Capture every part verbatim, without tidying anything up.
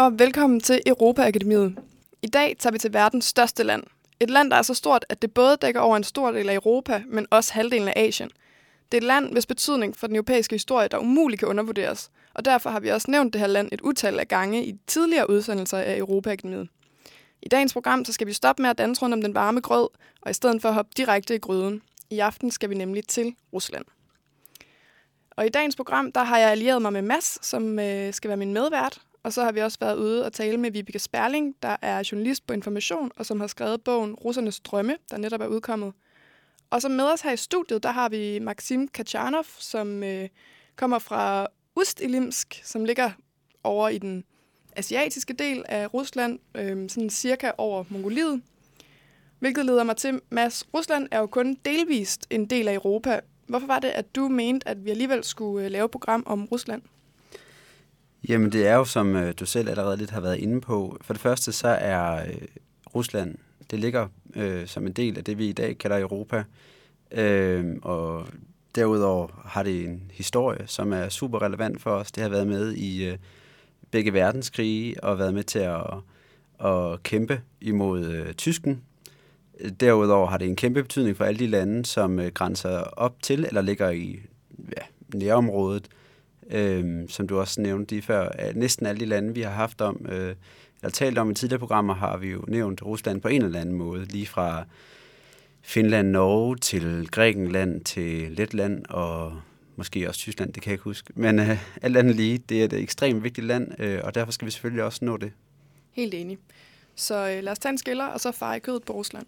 og velkommen til Europa Akademiet. I dag tager vi til verdens største land. Et land, der er så stort, at det både dækker over en stor del af Europa, men også halvdelen af Asien. Det er et land, hvis betydning for den europæiske historie, der umuligt kan undervurderes, og derfor har vi også nævnt det her land et utal af gange i tidligere udsendelser af Europa Akademiet. I dagens program så skal vi stoppe med at danse rundt om den varme grød, og i stedet for hoppe direkte i gryden. I aften skal vi nemlig til Rusland. Og i dagens program, der har jeg allieret mig med Mads, som øh, skal være min medvært. Og så har vi også været ude og tale med Vibeke Sperling, der er journalist på Information, og som har skrevet bogen Russernes drømme, der netop er udkommet. Og så med os her i studiet, der har vi Maxim Kachanov, som øh, kommer fra Ust-Ilimsk, som ligger over i den asiatiske del af Rusland, øh, sådan cirka over Mongoliet. Hvilket leder mig til, Mads, Rusland er jo kun delvist en del af Europa. Hvorfor var det, at du mente, at vi alligevel skulle lave et program om Rusland? Jamen det er jo, som øh, du selv allerede lidt har været inde på. For det første så er øh, Rusland, det ligger øh, som en del af det, vi i dag kalder Europa. Øh, og derudover har det en historie, som er super relevant for os. Det har været med i øh, begge verdenskrige og været med til at, at kæmpe imod øh, tysken. Derudover har det en kæmpe betydning for alle de lande, som øh, grænser op til eller ligger i ja, nærområdet. Øhm, som du også nævnte lige før, næsten alle de lande, vi har haft om, øh, eller talt om i tidligere programmer, har vi jo nævnt Rusland på en eller anden måde, lige fra Finland, Norge til Grækenland, til Letland og måske også Tyskland, det kan jeg ikke huske. Men øh, alt andet lige, det er et ekstremt vigtigt land, øh, og derfor skal vi selvfølgelig også nå det. Helt enig. Så øh, lad os tage en skiller, og så fare i kødet på Rusland.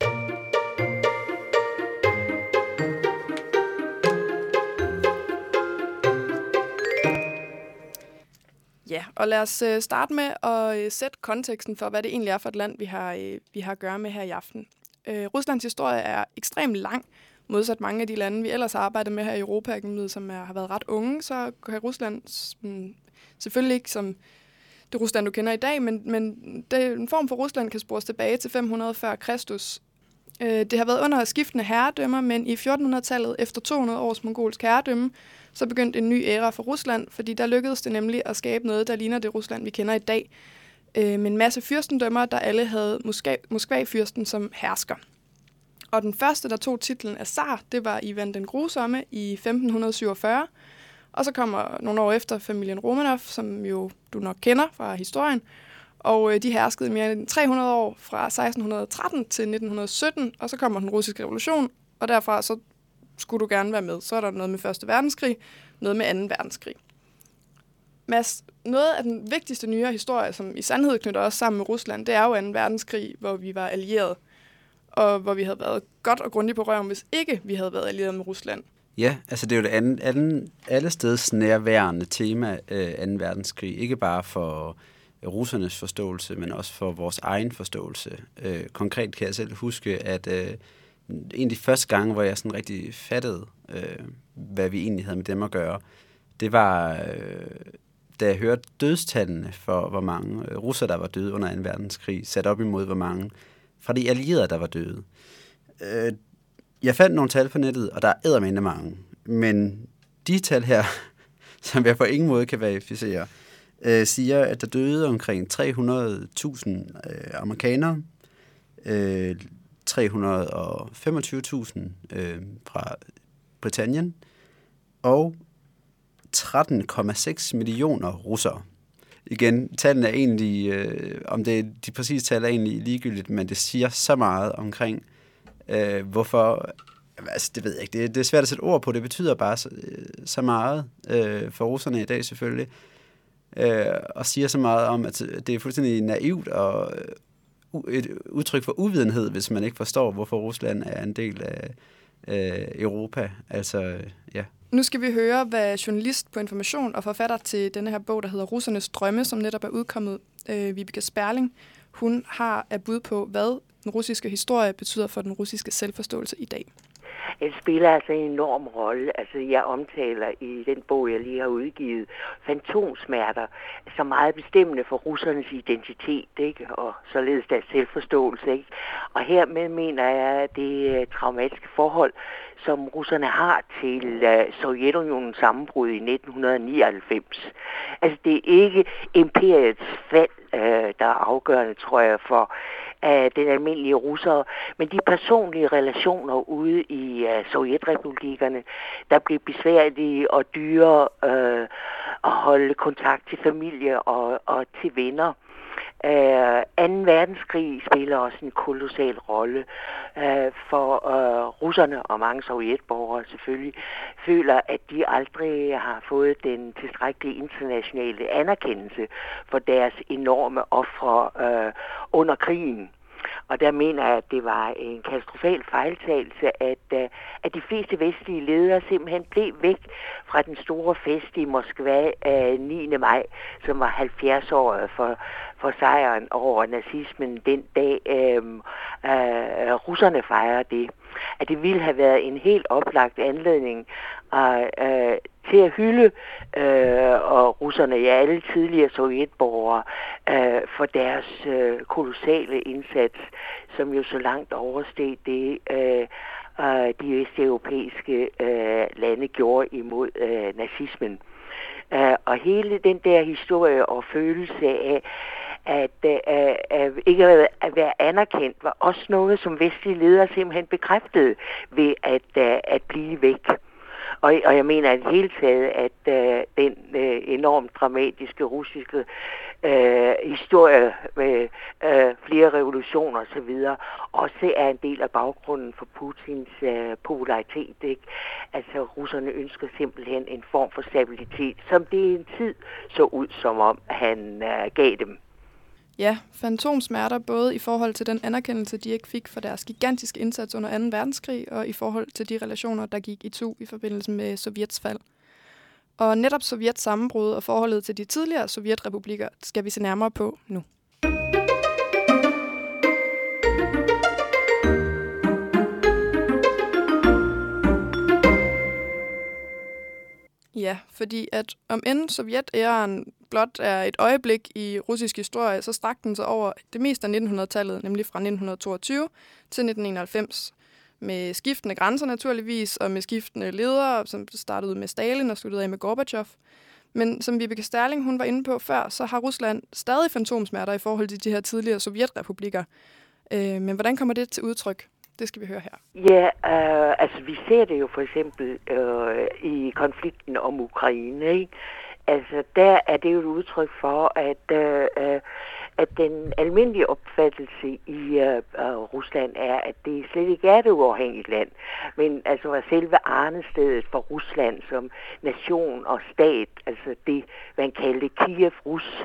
Ja, og lad os øh, starte med at øh, sætte konteksten for, hvad det egentlig er for et land, vi har, øh, vi har at gøre med her i aften. Øh, Ruslands historie er ekstremt lang, modsat mange af de lande, vi ellers har arbejdet med her i Europa, som er, har været ret unge, så kan Rusland mm, selvfølgelig ikke som det Rusland, du kender i dag, men, men det, en form for Rusland kan spores tilbage til fem hundrede før Kristus. Øh, det har været under skiftende herredømmer, men i fjortenhundredetallet, efter to hundrede års mongolsk herredømme, så begyndte en ny æra for Rusland, fordi der lykkedes det nemlig at skabe noget, der ligner det Rusland, vi kender i dag. Øh, med en masse fyrstendømmer, der alle havde Moskva-fyrsten som hersker. Og den første, der tog titlen af zar, det var Ivan den Grusomme i femten syvogfyrre. Og så kommer nogle år efter familien Romanov, som jo du nok kender fra historien. Og øh, de herskede mere end tre hundrede år, fra seksten tretten til nitten sytten, og så kommer den russiske revolution, og derfra så skulle du gerne være med. Så er der noget med første verdenskrig, noget med anden verdenskrig. Mads, noget af den vigtigste nyere historie, som i sandhed knytter os sammen med Rusland, det er jo anden verdenskrig, hvor vi var allieret, og hvor vi havde været godt og grundigt på røven, hvis ikke vi havde været allieret med Rusland. Ja, altså det er jo det anden, anden, alle steds nærværende tema, øh, anden verdenskrig. Ikke bare for russernes forståelse, men også for vores egen forståelse. Øh, konkret kan jeg selv huske, at øh, en af de første gange, hvor jeg sådan rigtig fattede, øh, hvad vi egentlig havde med dem at gøre, det var, øh, da jeg hørte dødstallene for, hvor mange øh, russer, der var døde under anden verdenskrig, sat op imod, hvor mange fra de allierede, der var døde. Øh, jeg fandt nogle tal på nettet, og der er eddermame mange. Men de tal her, som jeg på ingen måde kan verificere, øh, siger, at der døde omkring tre hundrede tusind øh, amerikanere, øh, tre hundrede og femogtyve tusind øh, fra Britannien og tretten komma seks millioner russere. Igen, tallene er egentlig, øh, om det er de præcise tal er egentlig ligegyldigt, men det siger så meget omkring, øh, hvorfor, altså det ved jeg ikke, det, det er svært at sætte ord på, det betyder bare så, så meget øh, for russerne i dag selvfølgelig, øh, og siger så meget om, at det er fuldstændig naivt og et udtryk for uvidenhed, hvis man ikke forstår, hvorfor Rusland er en del af øh, Europa. Altså, ja. Nu skal vi høre, hvad journalist på Information og forfatter til denne her bog, der hedder Russernes drømme, som netop er udkommet, øh, Vibeke Sperling, hun har af bud på, hvad den russiske historie betyder for den russiske selvforståelse i dag. Det spiller altså en enorm rolle. Altså, jeg omtaler i den bog, jeg lige har udgivet, fantomsmerter, som meget bestemmende for russernes identitet, ikke? Og således deres selvforståelse, ikke? Og hermed mener jeg, at det traumatiske forhold, som russerne har til uh, Sovjetunionens sammenbrud i nitten nioghalvfems. Altså, det er ikke imperiets fald, uh, der er afgørende, tror jeg, for af den almindelige russere, men de personlige relationer ude i uh, sovjetrepublikkerne, der blev besværlige og dyre uh, at holde kontakt til familie og, og til venner. Uh, anden verdenskrig spiller også en kolossal rolle uh, for uh, russerne og mange sovjetborgere selvfølgelig føler, at de aldrig har fået den tilstrækkelige internationale anerkendelse for deres enorme ofre uh, under krigen. Og der mener jeg, at det var en katastrofal fejltagelse, at, uh, at de fleste vestlige ledere simpelthen blev væk fra den store fest i Moskva uh, niende maj, som var halvfjerds-året for, for sejren over nazismen den dag, uh, uh, russerne fejrer det. At det ville have været en helt oplagt anledning uh, uh, til at hylde uh, og russerne, ja, alle tidligere sovjetborgere, uh, for deres uh, kolossale indsats, som jo så langt oversteg det, uh, uh, de vesteuropæiske uh, lande gjorde imod uh, nazismen. Uh, og hele den der historie og følelse af, at uh, uh, ikke at være anerkendt, var også noget, som vestlige ledere simpelthen bekræftede ved at, uh, at blive væk. Og, og jeg mener at hele taget, at uh, den uh, enormt dramatiske russiske uh, historie med uh, flere revolutioner osv. også er en del af baggrunden for Putins uh, popularitet. Ikke? Altså russerne ønsker simpelthen en form for stabilitet, som det i en tid så ud som om han uh, gav dem. Ja, fantomsmerter både i forhold til den anerkendelse, de ikke fik for deres gigantiske indsats under anden verdenskrig, og i forhold til de relationer, der gik i tu i forbindelse med Sovjets fald. Og netop Sovjets sammenbrud og forholdet til de tidligere sovjetrepublikker skal vi se nærmere på nu. Ja, fordi at om end Sovjet-æraen blot er et øjeblik i russisk historie, så strakte den sig over det meste af nitten hundrede-tallet, nemlig fra nitten toogtyve til nitten enoghalvfems. Med skiftende grænser naturligvis, og med skiftende ledere, som startede med Stalin og sluttede af med Gorbachev. Men som Vibeke Sterling hun var inde på før, så har Rusland stadig fantomsmerter i forhold til de her tidligere sovjetrepublikker. Øh, men hvordan kommer det til udtryk? Det skal vi høre her. Ja, øh, altså vi ser det jo for eksempel øh, i konflikten om Ukraine, ikke? Altså der er det jo et udtryk for, at, øh, at den almindelige opfattelse i øh, Rusland er, at det slet ikke er et uafhængigt land, men altså er selve arnestedet for Rusland som nation og stat, altså det, man kaldte Kiev-Rus.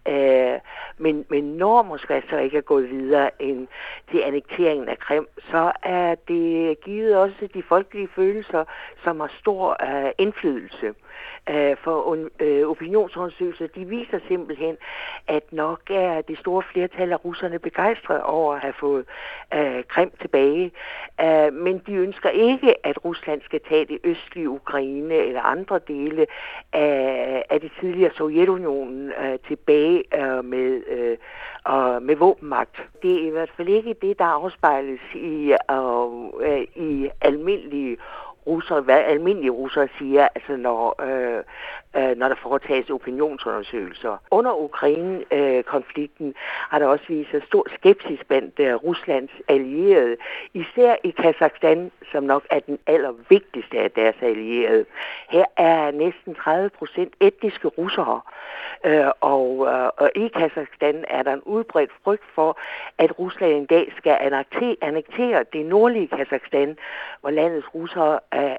Øh, men, men når Moskva så ikke er gået videre end til annekteringen af Krim, så er det givet også de folkelige følelser, som har stor øh, indflydelse. Øh, for øh, opinionsundersøgelser, de viser simpelthen, at nok er det store flertal af russerne begejstrede over at have fået øh, Krim tilbage. Øh, men de ønsker ikke, at Rusland skal tage det østlige Ukraine eller andre dele af, af det tidligere Sovjetunionen øh, tilbage øh, med, øh, og med våbenmagt. Det er i hvert fald ikke det, der afspejles i, øh, øh, i almindelige russere, hvad almindelige russere siger, altså når, øh, øh, når der foretages opinionsundersøgelser. Under Ukraine-konflikten øh, har der også vist sig stor skepsis blandt øh, Ruslands allierede, især i Kazakhstan, som nok er den allervigtigste af deres allierede. Her er næsten tredive procent etniske russere, øh, og, øh, og i Kazakhstan er der en udbredt frygt for, at Rusland en dag skal annektere, annektere det nordlige Kazakhstan, hvor landets russere er,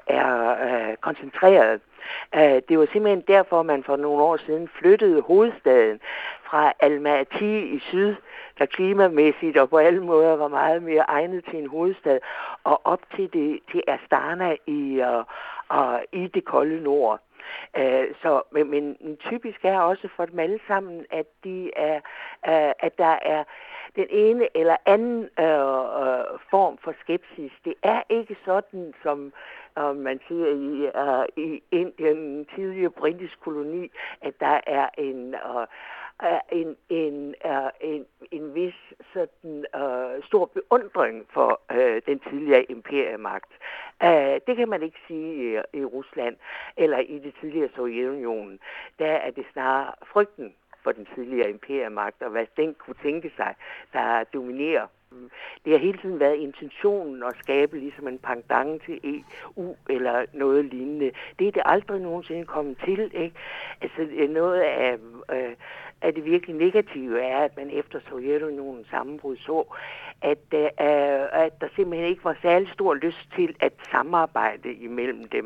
er koncentreret. Det var simpelthen derfor, man for nogle år siden flyttede hovedstaden fra Almaty i syd, der klimamæssigt og på alle måder var meget mere egnet til en hovedstad, og op til, det, til Astana i, uh, uh, i det kolde nord. Uh, så, men, men typisk er også for dem alle sammen, at, de er, uh, at der er den ene eller anden øh, øh, form for skepsis. Det er ikke sådan, som øh, man siger i, øh, i Indien, en tidligere britisk koloni, at der er en... Øh, En, en, uh, en, en vis sådan, uh, stor beundring for uh, den tidligere imperiemagt. Uh, det kan man ikke sige i, i Rusland eller i det tidligere Sovjetunionen. Der er det snarere frygten for den tidligere imperiemagt, og hvad den kunne tænke sig, der dominerer. Det har hele tiden været intentionen at skabe ligesom en pendant til E U eller noget lignende. Det er det aldrig nogensinde kommet til, ikke? Altså noget af, øh, af det virkelig negative er, at man efter Sovjetunionens sammenbrud så, at, øh, at der simpelthen ikke var særlig stor lyst til at samarbejde imellem dem.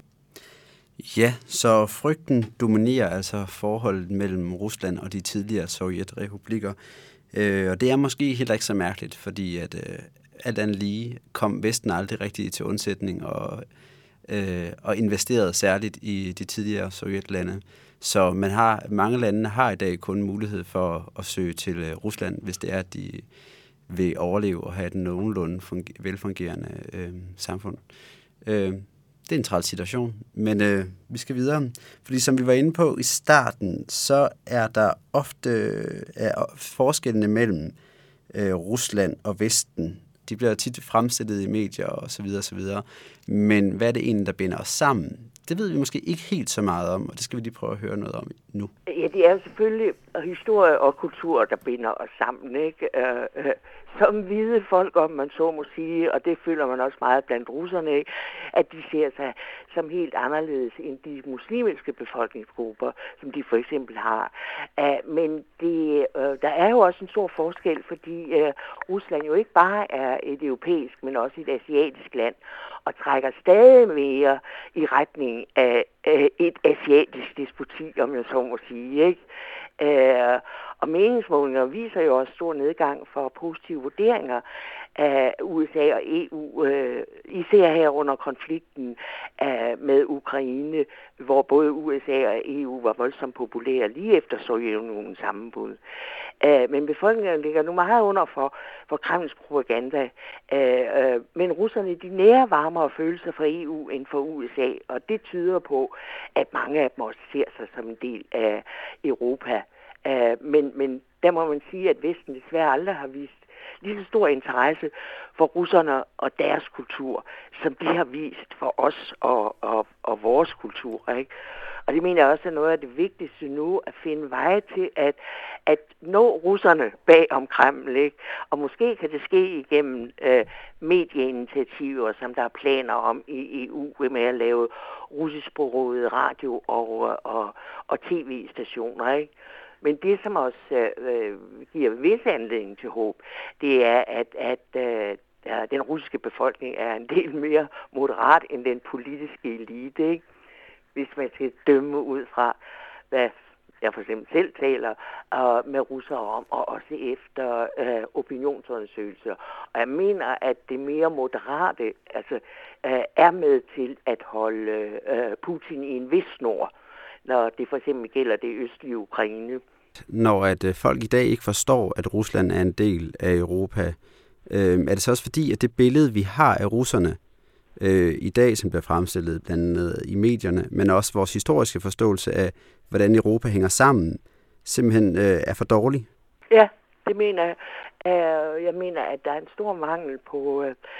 Ja, så frygten dominerer altså forholdet mellem Rusland og de tidligere sovjetrepublikker. Øh, og det er måske heller ikke så mærkeligt, fordi at øh, alt andet lige kom Vesten aldrig rigtig til undsætning og, øh, og investerede særligt i de tidligere sovjetlande. Så man har, mange lande har i dag kun mulighed for at søge til øh, Rusland, hvis det er, at de vil overleve og have et nogenlunde funger- velfungerende øh, samfund. Øh, Det er en træls situation, men øh, vi skal videre. Fordi som vi var inde på i starten, så er der ofte øh, forskellene mellem øh, Rusland og Vesten. De bliver tit fremstillet i medier og så videre og så videre. Men hvad er det egentlig, der binder os sammen? Det ved vi måske ikke helt så meget om, og det skal vi lige prøve at høre noget om nu. Ja, det er jo selvfølgelig historie og kultur, der binder os sammen, ikke? Øh, øh, som hvide folk, om man så må sige, og det føler man også meget blandt russerne, ikke? At de ser sig som helt anderledes end de muslimske befolkningsgrupper, som de for eksempel har. Uh, men det, uh, der er jo også en stor forskel, fordi uh, Rusland jo ikke bare er et europæisk, men også et asiatisk land, og trækker stadig mere i retning af uh, et asiatisk despoti, om jeg så må sige, ikke? Uh, og meningsmålinger viser jo også stor nedgang for positive vurderinger af U S A og E U, uh, især her under konflikten uh, med Ukraine, hvor både U S A og E U var voldsomt populære lige efter Sovjetunionens sammenbrud. Uh, men befolkningen ligger nu meget under for, for Kremls propaganda. Uh, uh, men russerne, de nærer varmere følelser for E U end for U S A, og det tyder på, at mange af dem også ser sig som en del af Europa. Uh, men, men der må man sige, at Vesten desværre aldrig har vist lige så stor interesse for russerne og deres kultur, som de har vist for os og, og, og vores kultur, ikke? Og det mener jeg også er noget af det vigtigste nu, at finde veje til at, at nå russerne bag om Kreml, ikke? Og måske kan det ske igennem øh, medieinitiativer, som der er planer om i E U, med at lave russisksproget radio og, og, og tv-stationer, ikke? Men det, som også øh, giver vis anledning til håb, det er, at, at øh, den russiske befolkning er en del mere moderat end den politiske elite, ikke? Hvis man skal dømme ud fra, hvad jeg for eksempel selv taler uh, med russere om, og også efter uh, opinionsundersøgelser. Og jeg mener, at det mere moderate altså, uh, er med til at holde uh, Putin i en vis snor, når det for eksempel gælder det østlige Ukraine. Når at øh, folk i dag ikke forstår, at Rusland er en del af Europa, øh, er det så også fordi, at det billede, vi har af russerne øh, i dag, som bliver fremstillet blandt andet i medierne, men også vores historiske forståelse af, hvordan Europa hænger sammen, simpelthen øh, er for dårlig? Ja, det mener jeg. Uh, jeg mener, at der er en stor mangel på,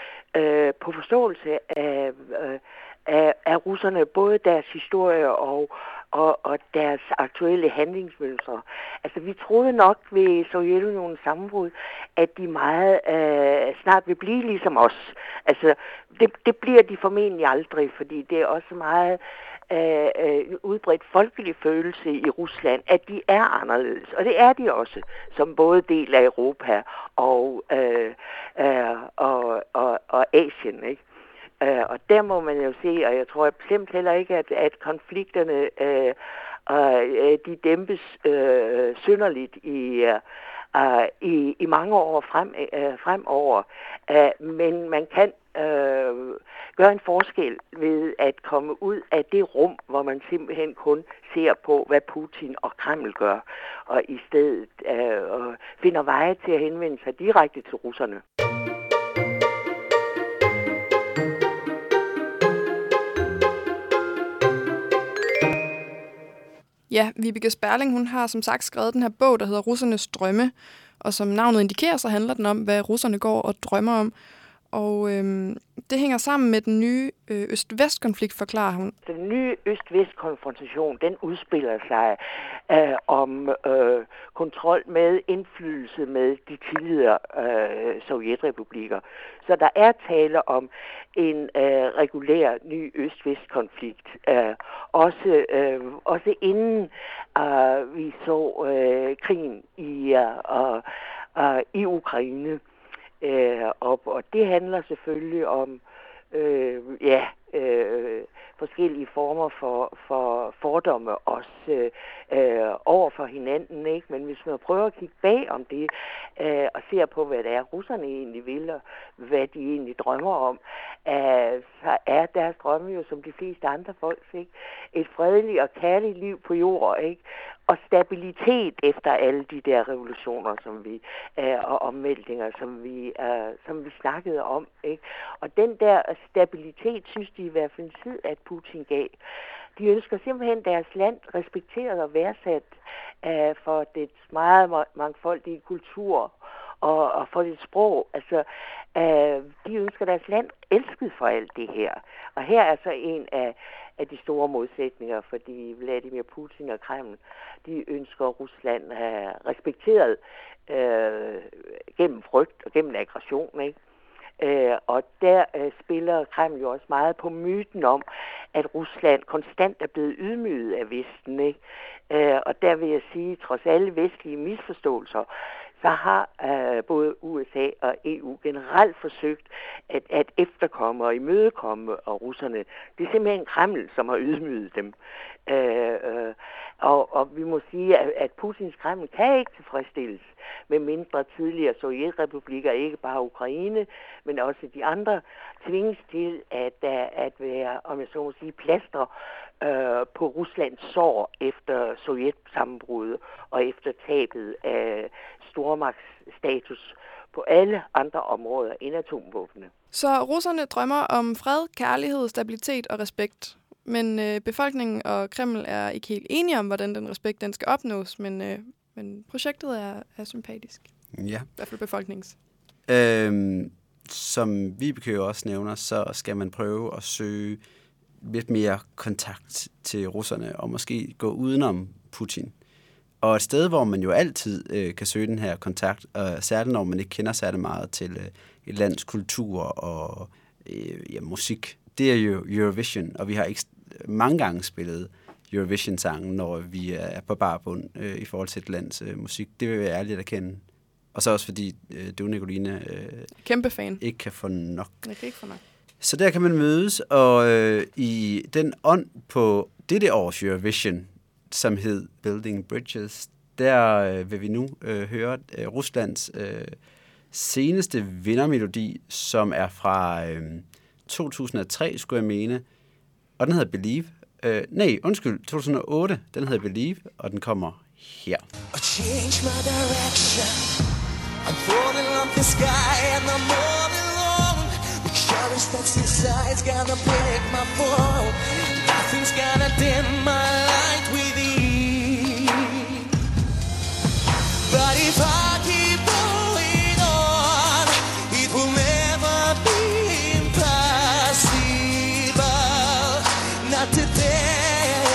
uh, på forståelse af, uh, af, af russerne, både deres historie og Og, og deres aktuelle handlingsmønstre. Altså, vi troede nok ved Sovjetunionens sammenbrud, at de meget øh, snart vil blive ligesom os. Altså, det, det bliver de formentlig aldrig, fordi det er også meget øh, øh, udbredt folkelig følelse i Rusland, at de er anderledes. Og det er de også, som både del af Europa og, øh, øh, og, og, og Asien, ikke? Uh, og der må man jo se, og jeg tror bestemt heller ikke, at, at konflikterne uh, uh, de dæmpes uh, synderligt i, uh, i, i mange år frem, uh, fremover. Uh, men man kan uh, gøre en forskel ved at komme ud af det rum, hvor man simpelthen kun ser på, hvad Putin og Kreml gør, og i stedet uh, finder veje til at henvende sig direkte til russerne. Ja, Vibeke Sperling, hun har som sagt skrevet den her bog, der hedder Russernes drømme, og som navnet indikerer, så handler den om, hvad russerne går og drømmer om. Og øhm, det hænger sammen med den nye øh, øst-vest-konflikt, forklarer hun. Den nye øst-vest-konfrontation, den udspiller sig øh, om øh, kontrol med, indflydelse med de tidligere øh, sovjetrepublikker. Så der er tale om en øh, regulær ny øst-vest-konflikt. Øh, også, øh, også inden øh, vi så øh, krigen i, øh, øh, i Ukraine. Øh, og, og det handler selvfølgelig om øh, ja, øh, forskellige former for, for fordomme også øh, over for hinanden, ikke? Men hvis man prøver at kigge bag om det øh, og ser på, hvad det er, russerne egentlig vil, og hvad de egentlig drømmer om, øh, så er deres drømme jo som de fleste andre folk, ikke? Et fredeligt og kærligt liv på jord, ikke? Og stabilitet efter alle de der revolutioner, som vi øh, og omvæltninger, som vi øh, som vi snakkede om, ikke? Og den der stabilitet synes de i hvert fald tid, at Putin gav. De ønsker simpelthen deres land respekteret og værdsat øh, for dets meget mangfoldige kultur og, og for dit sprog. Altså, øh, de ønsker deres land elsket for alt det her. Og her er så en af af de store modsætninger, fordi Vladimir Putin og Kreml, de ønsker Rusland uh, respekteret uh, gennem frygt og gennem aggression, ikke? Uh, og der uh, spiller Kreml jo også meget på myten om, at Rusland konstant er blevet ydmyget af Vesten, ikke? Uh, og der vil jeg sige, trods alle vestlige misforståelser, så har uh, både U S A og E U generelt forsøgt at, at efterkomme og imødekomme og russerne. Det er simpelthen Kreml, som har ydmyget dem. Uh, uh, og, og vi må sige, at, at Putins Kreml kan ikke tilfredsstilles med mindre tidligere sovjetrepublikker, ikke bare Ukraine, men også de andre, tvinges til at, at være, om jeg så må sige, plaster øh, på Ruslands sår efter Sovjetsammenbruddet og efter tabet af stormagtsstatus på alle andre områder end atomvåbne. Så russerne drømmer om fred, kærlighed, stabilitet og respekt. Men øh, befolkningen og Kreml er ikke helt enige om, hvordan den respekt den skal opnås, men, øh, men projektet er, er sympatisk. Ja. I hvert fald befolknings. Øhm, som Vibeke jo også nævner, så skal man prøve at søge lidt mere kontakt til russerne, og måske gå udenom Putin. Og et sted, hvor man jo altid øh, kan søge den her kontakt, og særligt når man ikke kender særlig meget til øh, et lands kultur og øh, ja, musik, det er jo Eurovision, og vi har ikke mange gange spillet Eurovision-sangen, når vi er på barbund øh, i forhold til et lands øh, musik. Det vil være ærligt at kende. Og så også fordi øh, du, Nicoline, øh, kæmpe fan. Ikke kan få nok. Jeg kan ikke få nok. Så der kan man mødes, og øh, i den ånd på dette års Eurovision, som hed Building Bridges, der øh, vil vi nu øh, høre øh, Ruslands øh, seneste vindermelodi, som er fra øh, to tusind og tre, skulle jeg mene, og den hedder Believe. Øh, nej, undskyld, to tusind og otte, den hedder Believe, og den kommer her. I change my direction. I'm falling off the sky and I'm all alone. The courage that's inside's gonna break my fall. Nothing's gonna dim my light with ease. But if I keep going on, it will never be impossible. Not today.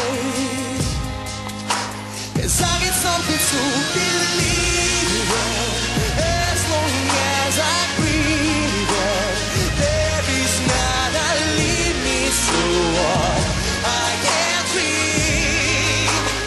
'Cause I get something to believe in. As long as I breathe in, there is not a limit to what I can dream.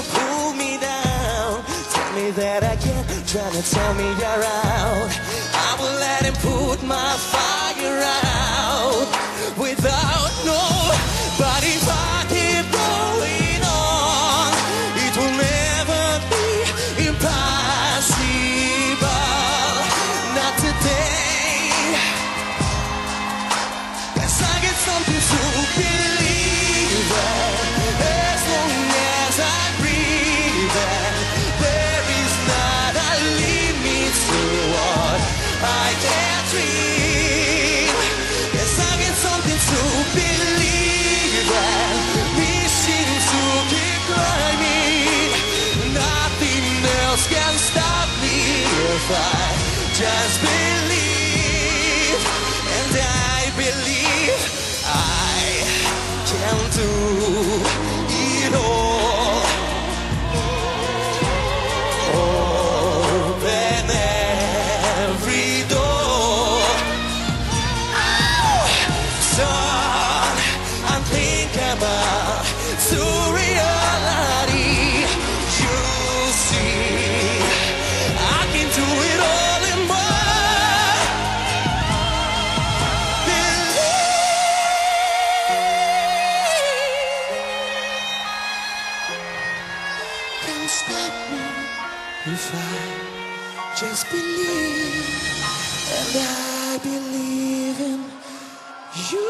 to pull me down. Tell me that again, trying to tell me you're out. I will let him put my fire out without no. But if I keep going on, it will never be impossible. Not today. 'Cause I get something to believe in. As long as I breathe in, there is not a limit to what I can dream. 'Cause I get something to believe in. Wishing to keep climbing. Nothing else can stop me if I just believe. And I believe I can do it all. Open every door. Oh, son, I'm thinking about to reality. You see, I can do it all in one. Can't stop me if I just believe, and I believe in you.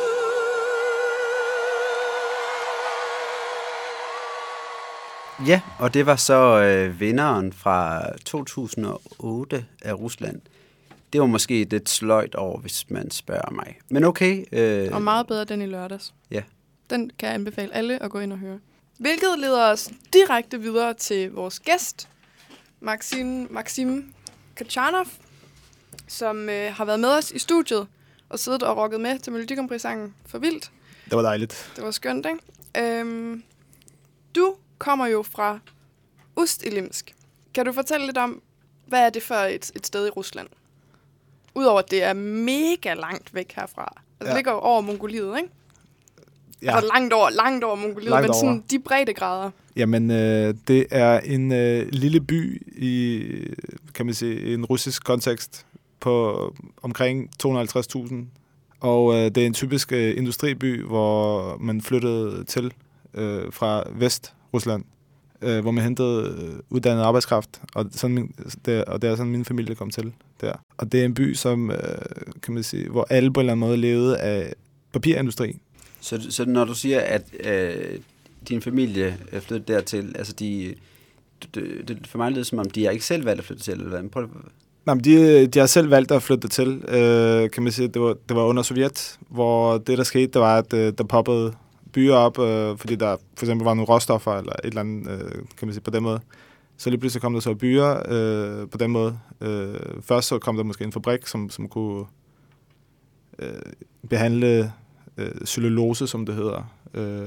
Ja, og det var så øh, vinderen fra to tusind og otte af Rusland. Det var måske lidt sløjt over, hvis man spørger mig. Men okay. Øh, Og meget bedre den i lørdags. Ja. Den kan jeg anbefale alle at gå ind og høre. Hvilket leder os direkte videre til vores gæst, Maxim, Maxim Kachanov, som øh, har været med os i studiet og siddet og rocket med til Melodi Grand Prix-sangen For Vildt. Det var dejligt. Det var skønt, ikke? Øhm, du kommer jo fra Ust-Ilimsk. Kan du fortælle lidt om, hvad er det for et, et sted i Rusland? Udover at det er mega langt væk herfra. Altså, Ja. det ligger jo over Mongoliet, ikke? Ja. Altså langt over, langt over Mongoliet, Langt men sådan over. de breddegrader. Jamen, øh, det er en øh, lille by i, kan man sige, en russisk kontekst på omkring to hundrede og halvtreds tusind. Og øh, det er en typisk øh, industriby, hvor man flyttede til øh, fra Vest-Rusland, øh, hvor man hentede øh, uddannet arbejdskraft, og, sådan, min- det, og det er sådan, min familie kom til der. Og det er en by, som, øh, kan man sige, hvor alle på en eller anden måde levede af papirindustri. Så, så når du siger, at øh, din familie er flyttet dertil, altså de, det, det, for mig lyder det som om, de har ikke selv valgt at flytte til, eller hvad? Prøv, Nej, men de, de har selv valgt at flytte til, øh, kan man sige. Det var, det var under Sovjet, hvor det, der skete, det var, at øh, der poppede byer op, øh, fordi der for eksempel var nogle råstoffer, eller et eller andet, øh, kan man sige, på den måde. Så lige pludselig kom der så byer øh, på den måde. Øh, først så kom der måske en fabrik, som, som kunne øh, behandle øh, cellulose, som det hedder. Øh,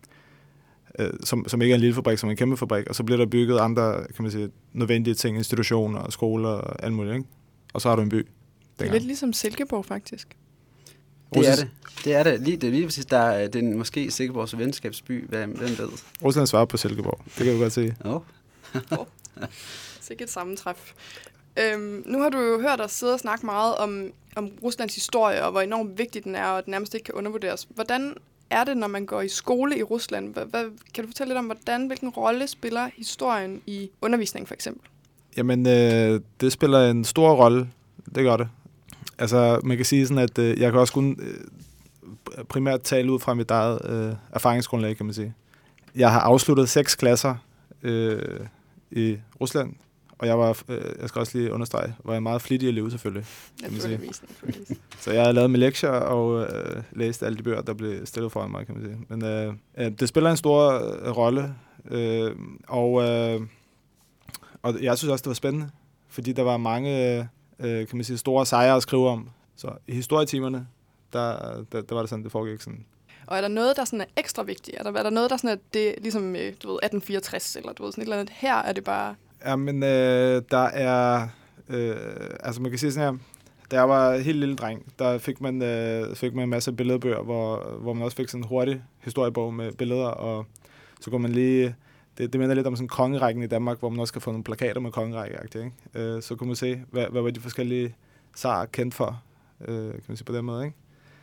øh, som, som ikke er en lille fabrik, som en kæmpe fabrik. Og så bliver der bygget andre, kan man sige, nødvendige ting, institutioner og skoler og alt muligt, ikke? Og så har du en by. Det er dengang. lidt ligesom Silkeborg, faktisk. det er Russisk- det. Det er det. Lige, det er lige præcis, der er den måske Silkeborgs venskabsby. Hvem, hvem ved? Rusland svarer på Silkeborg. Det kan du godt se. Oh. Sikke et sammentræf. Øhm, nu har du jo hørt os sidde og snakke meget om, om Ruslands historie, og hvor enormt vigtig den er, og at den nærmest ikke kan undervurderes. Hvordan er det, når man går i skole i Rusland? Hvad, hvad, kan du fortælle lidt om, hvordan, hvilken rolle spiller historien i undervisning, for eksempel? Jamen, øh, det spiller en stor rolle. Det gør det. Altså, man kan sige sådan, at øh, jeg kan også kun øh, primært tale ud fra mit eget øh, erfaringsgrundlag, kan man sige. Jeg har afsluttet seks klasser øh, i Rusland, og jeg var, øh, jeg skal også lige understrege, var jeg meget flittig elev selvfølgelig. Kan man sige. Naturligvis, naturligvis. Så jeg har lavet med lektier og øh, læst alle de bøger, der blev stillet foran mig, kan man sige. Men øh, øh, det spiller en stor øh, rolle, øh, og, øh, og jeg synes også, det var spændende, fordi der var mange øh, kan man sige, store sejre at skrive om. Så i historietimerne, der, der, der var det sådan, det foregik sådan. Og er der noget, der sådan er ekstra vigtigt? Er der, er der noget, der sådan er det, ligesom øh, du ved, atten fireogtres, eller du ved, sådan et eller andet? Her er det bare... Jamen, øh, der er... Øh, altså, man kan sige sådan her... Da jeg var helt lille dreng, der fik man, øh, fik man en masse billedbøger, hvor, hvor man også fik sådan en hurtig historiebog med billeder, og så kunne man lige... det, det minder lidt om sådan kongerækken i Danmark, hvor man også kan få nogle plakater med kongerække, ikke? Øh, så kunne man se, hvad, hvad var de forskellige zarer kendt for, øh, kan man sige på den måde, ikke?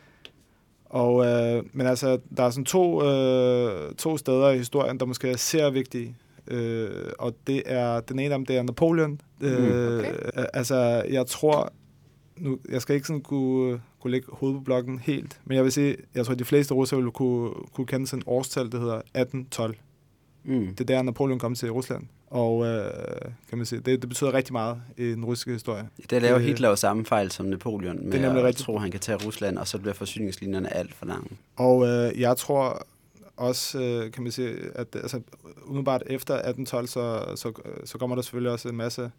Og, øh, men altså, der er sådan to, øh, to steder i historien, der måske er særlig vigtige. Øh, og det er, den ene af dem, det er Napoleon. Øh, okay. Altså, jeg tror, nu, jeg skal ikke sådan kunne, kunne lægge hovedet på blokken helt, men jeg vil sige, jeg tror, at de fleste russere ville kunne, kunne kende sådan et årstal, det hedder atten tolv. Mm. Det er der, Napoleon kom til Rusland. Og øh, kan man sige, det, det betyder rigtig meget i den russiske historie. Det laver Hitler jo samme fejl som Napoleon, med at rigtig... tro, han kan tage Rusland, og så bliver forsyningslinjerne alt for lange. Og øh, jeg tror også, øh, kan man sige, at altså, umiddelbart efter atten tolv, så, så, så kommer der selvfølgelig også en masse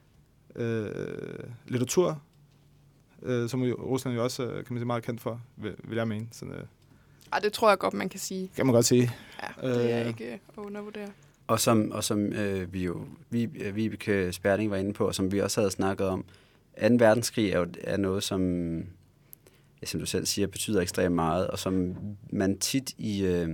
øh, litteratur, øh, som Rusland jo også, kan man sige, meget kendt for, vil, vil jeg mene. Sådan, øh. Ej, det tror jeg godt, man kan sige. Kan man godt sige. Ja, det er øh. ikke at undervurdere. Og som, og som øh, vi jo, Vibeke Sperding var inde på, og som vi også havde snakket om, anden verdenskrig er jo er noget, som, ja, som du selv siger, betyder ekstremt meget, og som man tit i, øh,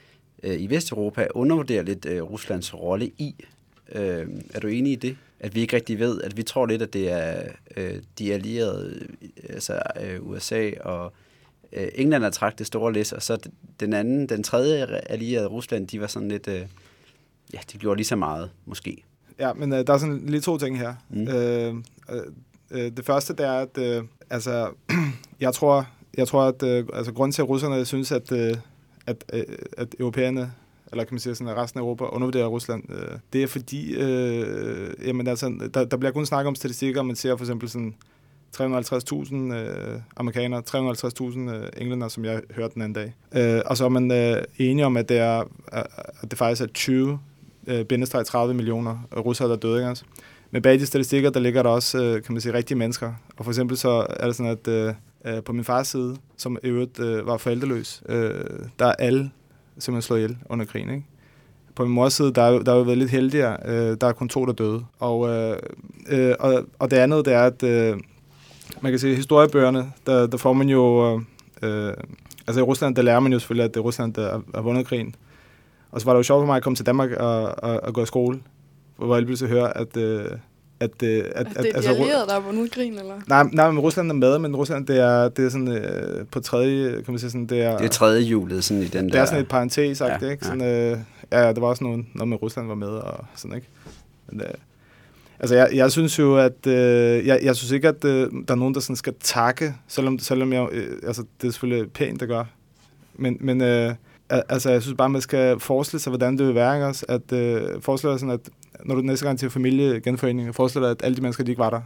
i Vesteuropa undervurderer lidt øh, Ruslands rolle i. Øh, er du enig i det? At vi ikke rigtig ved, at vi tror lidt, at det er øh, de allierede, altså øh, U S A og øh, England, der trak det store læs, og så den anden, den tredje allierede Rusland, de var sådan lidt... Øh, Ja, de gjorde lige så meget, måske. Ja, men øh, der er sådan lige to ting her. Mm. Øh, øh, det første, det er, at øh, altså, jeg tror, jeg tror at øh, altså, grunden til, at russerne synes, at, øh, at, øh, at europæerne, eller kan man sige sådan, at resten af Europa undervurderer Rusland, øh, det er fordi, øh, jamen, altså, der, der bliver kun snakket om statistikker, man ser for eksempel sådan tre hundrede og halvtreds tusind øh, amerikanere, tre hundrede og halvtreds tusind øh, englænder, som jeg hørte den anden dag. Øh, og så er man øh, enige om, at det, er, at det faktisk er tyve bindestreg tredive millioner russere, der er døde, ikke også? Men bag de statistikker, der ligger der også, kan man sige, rigtige mennesker. Og for eksempel så er det sådan, at øh, på min fars side, som i øvrigt øh, var forældreløs, øh, der er alle simpelthen slået ihjel under krigen, ikke? På min mors side, der er, der er jo været lidt heldigere. Øh, der er kun to, der døde. Og, øh, øh, og, og det andet, det er, at øh, man kan sige, historiebøgerne, der, der får man jo... Øh, altså i Rusland, der lærer man jo selvfølgelig, at det er Rusland, der har vundet krigen. Og så var det jo sjovt for mig at komme til Danmark og, og, og gå i skole, hvor jeg pludselig hører, at... Øh, at, øh, at, at det er de altså, allierede, der har vundet krigen, eller? Nej, nej, men Rusland er med, men Rusland, det er, det er sådan øh, på tredje, kan man sige sådan, det er... Det er tredje hjulet, sådan i den der... Det er sådan et parentes, sagt, ja, ikke? Sådan, øh, ja, det var også noget, noget med Rusland var med, og sådan, ikke? Men, øh, altså, jeg, jeg synes jo, at... Øh, jeg, jeg synes ikke, at øh, der er nogen, der sådan skal takke, selvom, selvom jeg... Øh, altså, det er selvfølgelig pænt, der gør. Men, men øh, altså, jeg synes bare, man skal forestille sig, hvordan det vil være, ikke også? At øh, forestille sig sådan, at når du næste gang til familiegenforening, forestiller dig, at alle de mennesker, de ikke var der.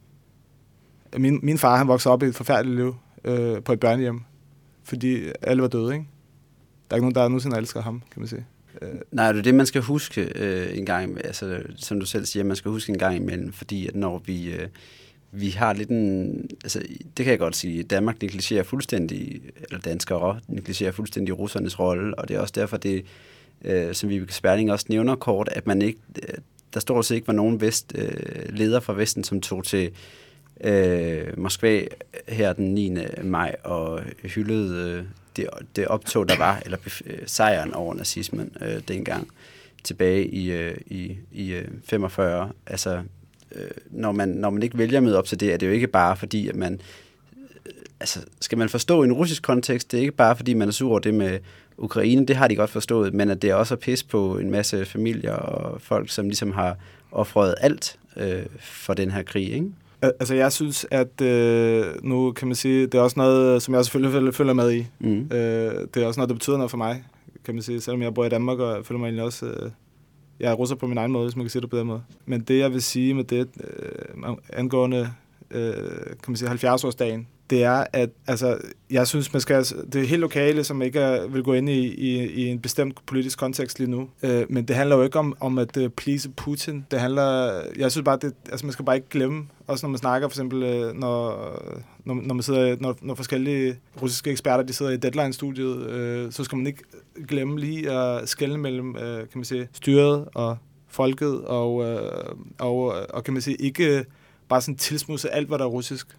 Min, min far, han voksede op i et forfærdeligt liv øh, på et børnehjem, fordi alle var døde, ikke? Der er ikke nogen, der nogensinde elsker ham, kan man sige. Øh. Nej, det er det, man skal huske øh, en gang, altså, som du selv siger, man skal huske en gang imellem, fordi at når vi, øh, vi har lidt en, altså, det kan jeg godt sige, Danmark negligerer fuldstændig, eller danskere negligerer fuldstændig russernes rolle, og det er også derfor, det Øh, som Vibeke Sperding også nævner kort, at man ikke, øh, der stort set ikke var nogen vest, øh, leder fra Vesten, som tog til øh, Moskva her den niende maj og hyldede øh, det, det optog, der var, eller øh, sejren over nazismen øh, dengang tilbage i, øh, i, i øh, femogfyrre. Altså, øh, når, man, når man ikke vælger at møde op til det, er det jo ikke bare fordi, at man øh, altså, skal man forstå en russisk kontekst, det er ikke bare fordi, man er sur over det med Ukraine, det har de godt forstået, men at det er også at pisse på en masse familier og folk, som ligesom har offret alt øh, for den her krig, ikke? Altså, jeg synes, at øh, nu kan man sige, det er også noget, som jeg selvfølgelig følger med i. Mm. Øh, det er også noget, der betyder noget for mig, kan man sige, selvom jeg bor i Danmark, og jeg føler mig egentlig også... Øh, jeg er russer på min egen måde, hvis man kan sige det på den måde. Men det, jeg vil sige med det, øh, angående, øh, kan man sige, halvfjerds-årsdagen, det er, at altså, jeg synes, man skal, det er helt lokale, som ikke er, vil gå ind i, i, i en bestemt politisk kontekst lige nu. Øh, men det handler jo ikke om, om at uh, please Putin. Det handler, jeg synes bare, det, altså, man skal bare ikke glemme, også når man snakker, for eksempel, når, når, når, man sidder, når, når forskellige russiske eksperter, de sidder i Deadline-studiet, øh, så skal man ikke glemme lige at skelne mellem, øh, kan man sige, styret og folket, og, øh, og, og kan man sige, ikke bare sådan tilsmudse alt, hvad der er russisk.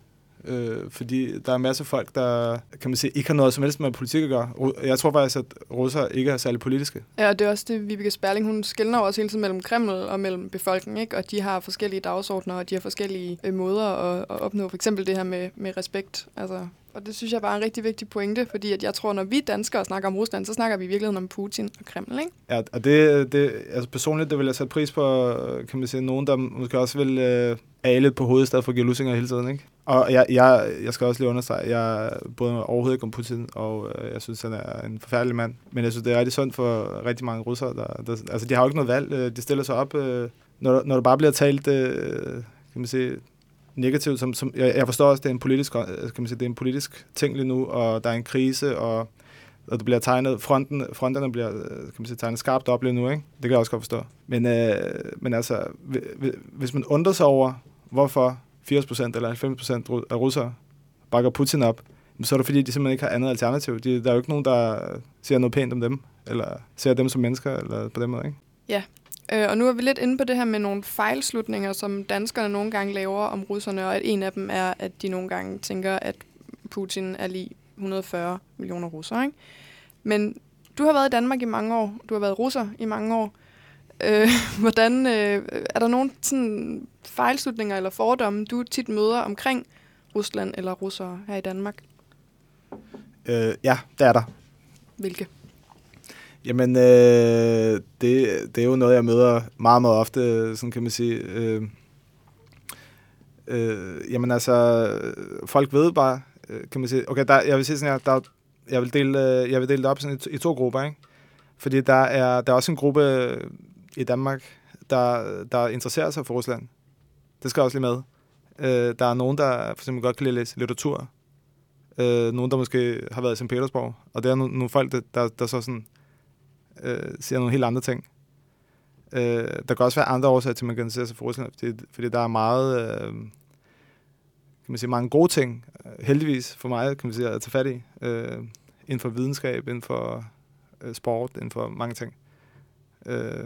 Øh, fordi der er masser af folk, der kan man sige, ikke har noget som helst med politik at gøre. Jeg tror faktisk, at russere ikke er særlig politiske. Ja, og det er også det, Vibeke Sperling, hun skelner også hele tiden mellem Kreml og mellem befolkningen, ikke? Og de har forskellige dagsordner, og de har forskellige øh, måder at, at opnå for eksempel det her med, med respekt. Altså, og det synes jeg bare er en rigtig vigtig pointe, fordi at jeg tror, når vi danskere snakker om Rusland, så snakker vi i virkeligheden om Putin og Kreml, ikke? Ja, og det, det altså personligt, det vil jeg sætte pris på, kan man sige, nogen, der måske også vil øh, ale på hovedet, i stedet for at give lussinger hele tiden, ikke? Og jeg, jeg, jeg skal også lige understrege, jeg bryder mig overhovedet ikke om Putin, og øh, jeg synes, han er en forfærdelig mand. Men jeg synes, det er rigtig sundt for rigtig mange russere. Der, der, altså, de har jo ikke noget valg. De stiller sig op, øh, når, når der bare bliver talt, øh, kan man sige, negativt. Som, som, jeg, jeg forstår også, det er en politisk, kan man sige, det er en politisk ting lige nu, og der er en krise, og, og det bliver tegnet, fronten, fronterne bliver, kan man sige, tegnet skarpt op lige nu, ikke? Det kan jeg også godt forstå. Men, øh, men altså, hvis man undrer sig over, hvorfor firs procent eller halvfems procent af russere bakker Putin op, så er det fordi, de simpelthen ikke har andet alternativ. De, der er jo ikke nogen, der siger noget pænt om dem, eller ser dem som mennesker, eller på den måde, ikke? Ja, øh, og nu er vi lidt inde på det her med nogle fejlslutninger, som danskerne nogle gange laver om russerne, og at en af dem er, at de nogle gange tænker, at Putin er lige et hundrede og fyrre millioner russere, ikke? Men du har været i Danmark i mange år, du har været russer i mange år. Øh, hvordan, øh, er der nogle sådan fejlslutninger eller fordomme, du tit møder omkring Rusland eller russere her i Danmark? Øh, ja, det er der. Hvilke? Jamen, øh, det, det er jo noget, jeg møder meget, meget ofte, sådan kan man sige. Øh, øh, jamen altså, folk ved bare, kan man sige, okay, der, jeg vil sige sådan her, der, jeg vil dele, jeg vil dele det op sådan i, i to grupper, ikke? Fordi der er, der er også en gruppe i Danmark, der, der interesserer sig for Rusland. Det skal også lige med. Øh, der er nogen, der for eksempel godt kan lide læse litteratur. Øh, nogen, der måske har været i Sankt Petersborg. Og det er no- nogle folk, der, der, der så sådan, øh, siger nogle helt andre ting. Øh, der kan også være andre årsager til, at man kan interessere sig for Rusland. Fordi, fordi der er meget, øh, kan man sige, mange gode ting, heldigvis for mig, kan man sige, at tage fat i. Øh, inden for videnskab, inden for øh, sport, inden for mange ting. Øh,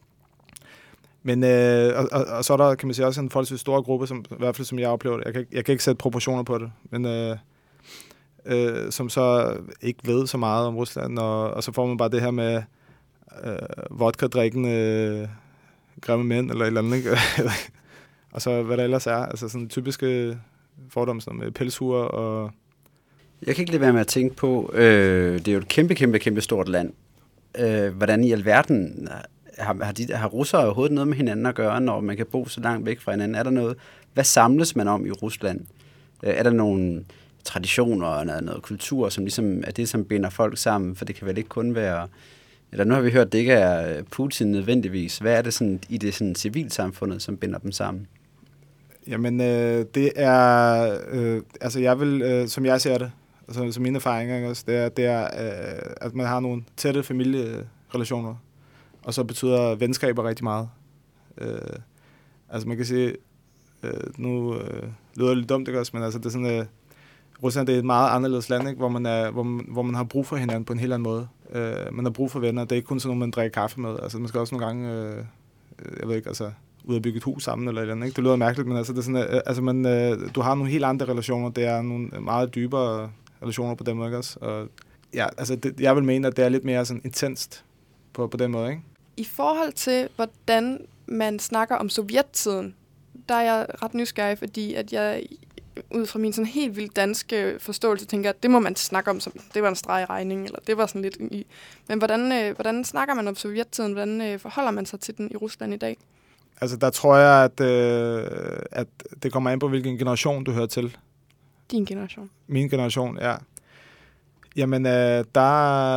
Men øh, og, og, og så er der, kan man sige, også en forholdsvis stor gruppe, som, i hvert fald som jeg oplever det. Jeg kan, jeg kan ikke sætte proportioner på det, men øh, øh, som så ikke ved så meget om Rusland, og, og så får man bare det her med øh, vodka-drikkende øh, grimme mænd, eller et eller andet, ikke? Og så hvad der ellers er, altså sådan typiske fordomme, som med pelshuer og... Jeg kan ikke lade være med at tænke på, øh, det er jo et kæmpe, kæmpe, kæmpe stort land. Øh, hvordan i alverden... Har, har, de, har russere overhovedet noget med hinanden at gøre, når man kan bo så langt væk fra hinanden? Er der noget? Hvad samles man om i Rusland? Er der nogle traditioner og noget, noget kultur, som ligesom er det, som binder folk sammen? For det kan vel ikke kun være... Eller nu har vi hørt, at det ikke er Putin nødvendigvis. Hvad er det sådan, i det sådan, civilsamfundet, som binder dem sammen? Jamen, øh, det er... Øh, altså, jeg vil, øh, som jeg ser det, altså, som mine erfaringer også, det er, det er øh, at man har nogle tætte familierelationer. Og så betyder venskaber rigtig meget. Øh, altså man kan sige, øh, nu øh, lyder det lidt dumt, ikke også, men altså det er sådan, øh, Rusland det er et meget anderledes land, ikke, hvor man er, hvor man, hvor man har brug for hinanden på en helt anden måde. Øh, man har brug for venner. Det er ikke kun sådan noget, man drikker kaffe med. Altså man skal også nogle gange, øh, jeg ved ikke, altså ud og bygge et hus sammen eller et eller andet, ikke? Det lyder mærkeligt, men altså det er sådan, øh, altså man, øh, du har nogle helt andre relationer. Det er nogle meget dybere relationer på den måde, ikke også? Og ja, altså det, jeg vil mene, at det er lidt mere sådan intenst på på den måde, ikke? I forhold til, hvordan man snakker om sovjettiden, der er jeg ret nysgerrig, fordi at jeg ud fra min sådan helt vildt danske forståelse tænker, at det må man snakke om, som det var en streg i regningen, eller det var sådan lidt i. Men hvordan, øh, hvordan snakker man om sovjettiden? Hvordan øh, forholder man sig til den i Rusland i dag? Altså, der tror jeg, at, øh, at det kommer an på, hvilken generation du hører til. Din generation? Min generation, ja. Jamen, øh, der...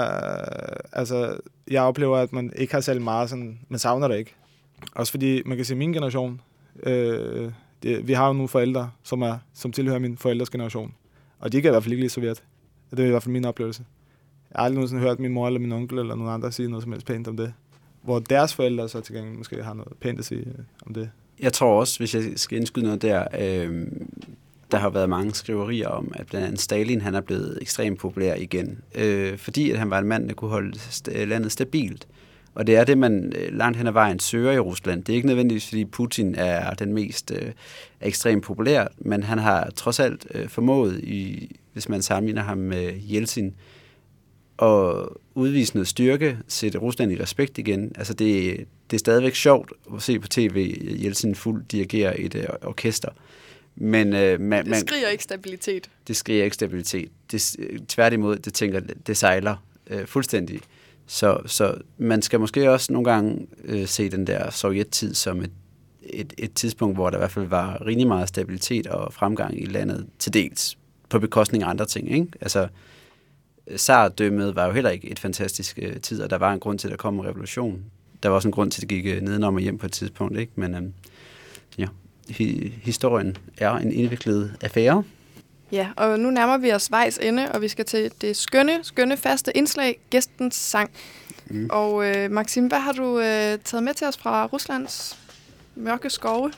Altså, jeg oplever, at man ikke har særlig meget sådan... Man savner det ikke. Også fordi, man kan sige, min generation... Øh, det, vi har jo nogle forældre, som, er, som tilhører min forældres generation. Og de kan i hvert fald ikke lide Sovjet. Det er i hvert fald min oplevelse. Jeg har aldrig nogensinde hørt min mor eller min onkel eller nogen andre sige noget som helst pænt om det. Hvor deres forældre så til gengæld måske har noget pænt at sige om det. Jeg tror også, hvis jeg skal indskyde noget der, øh, der har været mange skriverier om, at blandt andet Stalin, han er blevet ekstremt populær igen. Øh, fordi at han var en mand, der kunne holde st- landet stabilt. Og det er det, man langt hen ad vejen søger i Rusland. Det er ikke nødvendigvis, fordi Putin er den mest øh, ekstremt populær, men han har trods alt øh, formået, i, hvis man sammenligner ham med Jeltsin, at udvise noget styrke, sætte Rusland i respekt igen. Altså det, det er stadigvæk sjovt at se på tv Jeltsin fuld dirigere et øh, orkester. Men, øh, man, det skriger ikke stabilitet. Det skriger ikke stabilitet. Det, tværtimod, det tænker, det sejler øh, fuldstændig. Så, så man skal måske også nogle gange øh, se den der sovjettid som et, et, et tidspunkt, hvor der i hvert fald var rigtig meget stabilitet og fremgang i landet, til dels på bekostning af andre ting. Ikke? Altså, Tsardømmet var jo heller ikke et fantastisk øh, tid, og der var en grund til, at der kom en revolution. Der var også en grund til, at det gik øh, nedenom og hjem på et tidspunkt. Ikke? Men øh, ja, hi, historien er en indviklet affære. Ja, og nu nærmer vi os vejs ende, og vi skal til det skønne, skønne faste indslag, gæstens sang. Mm. Og øh, Maxim, hvad har du øh, taget med til os fra Ruslands mørke skove?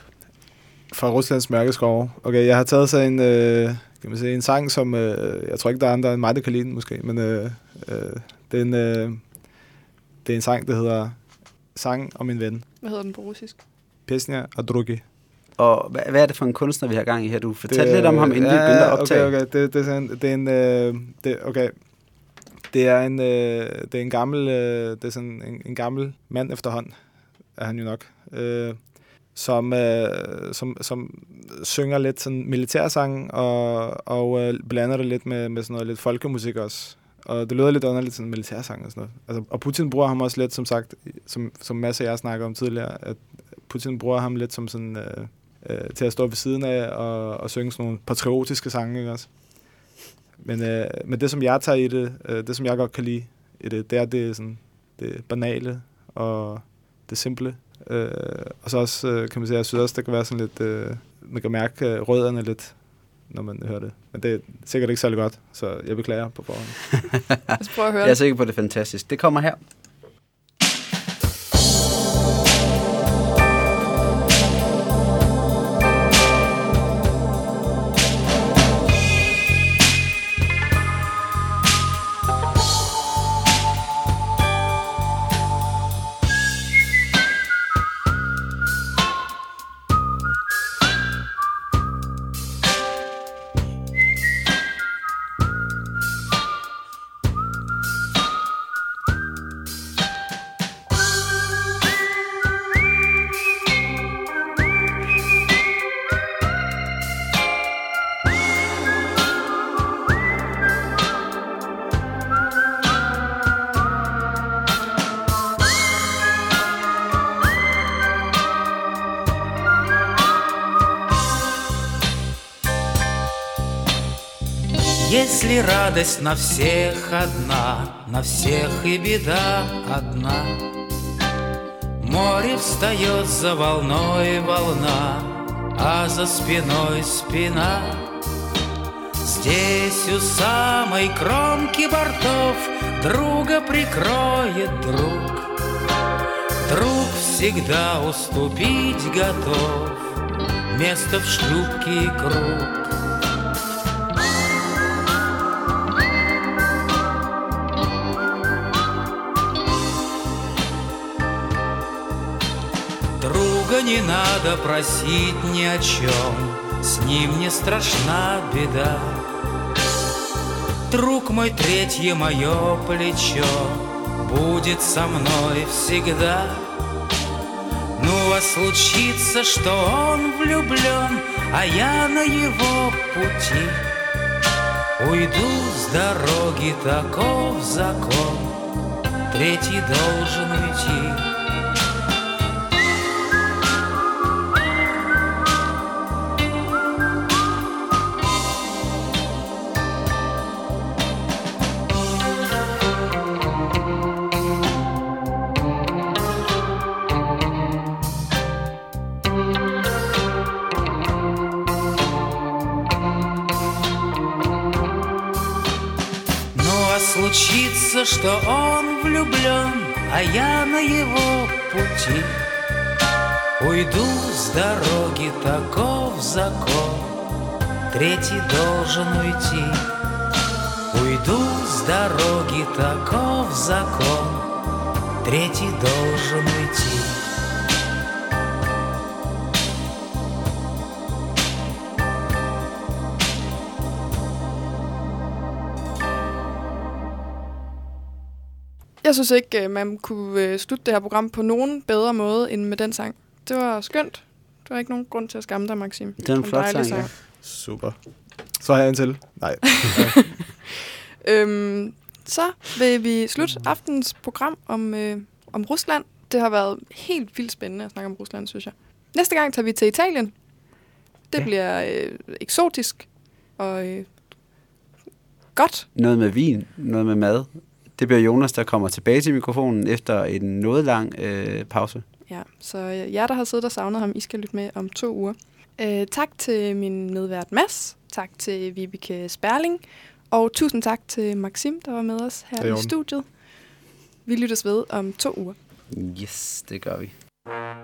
Fra Ruslands mørke skove? Okay, jeg har taget så en, øh, kan man sige, en sang, som øh, jeg tror ikke, der er andre end mig, der kan lide den måske, men øh, øh, det, er en, øh, det er en sang, der hedder Sang om en ven. Hvad hedder den på russisk? Pesnya og Drugi. Og hvad, hvad er det for en kunstner, vi har gang i her? Du fortalte lidt om ham, inden ja, vi begyndte at optage. Okay, okay. Det, det, er en, det er en, øh, det, okay. Det er en, øh, det er en gammel, øh, det er sådan en, en gammel mand efterhånden, er han jo nok, øh, som, øh, som, som synger lidt sådan militærsang og, og øh, blander det lidt med, med sådan noget lidt folkemusik også. Og det lyder lidt underligt, sådan militærsang og sådan noget. Altså, og Putin bruger ham også lidt, som sagt, som, som masser af jer snakker om tidligere, at Putin bruger ham lidt som sådan, øh, øh, til at stå ved siden af og, og synge sådan nogle patriotiske sange, ikke også? Men, øh, men det, som jeg tager i det, øh, det, som jeg godt kan lide i det, det er det, sådan, det banale og det simple. Øh, og så også, øh, kan man sige, jeg synes også, det kan være sådan lidt, øh, man kan mærke øh, rødderne lidt, når man hører det. Men det er sikkert ikke særlig godt, så jeg beklager på forhånd. Lad os prøve at høre det. Jeg er sikker på, at det er fantastisk. Det kommer her. Если радость на всех одна, на всех и беда одна, море встает за волной волна, а за спиной спина. Здесь у самой кромки бортов друга прикроет друг. Друг всегда уступить готов, место в шлюпке и круг. Друга не надо просить ни о чем, с ним не страшна беда. Друг мой, третье мое плечо будет со мной всегда. Ну, а случится, что он влюблен, а я на его пути уйду с дороги, таков закон, третий должен уйти. Случится, что он влюблен, а я на его пути уйду с дороги, таков закон, третий должен уйти. Уйду с дороги, таков закон, третий должен уйти. Jeg synes ikke, man kunne slutte det her program på nogen bedre måde end med den sang. Det var skønt. Der var ikke nogen grund til at skamme dig, Maxim. Det er en flot sang, sang, ja. Super. Så har jeg en til. Nej. øhm, så vil vi slutte aftens program om, øh, om Rusland. Det har været helt vildt spændende at snakke om Rusland, synes jeg. Næste gang tager vi til Italien. Det ja. bliver øh, eksotisk og øh, godt. Noget med vin, noget med mad. Det bliver Jonas, der kommer tilbage til mikrofonen efter en noget lang øh, pause. Ja, så øh, jer, der har siddet og savnet ham, I skal lytte med om to uger. Øh, tak til min medvært Mads. Tak til Vibeke Sperling. Og tusind tak til Maxim, der var med os her i studiet. Vi lyttes ved om to uger. Yes, det gør vi.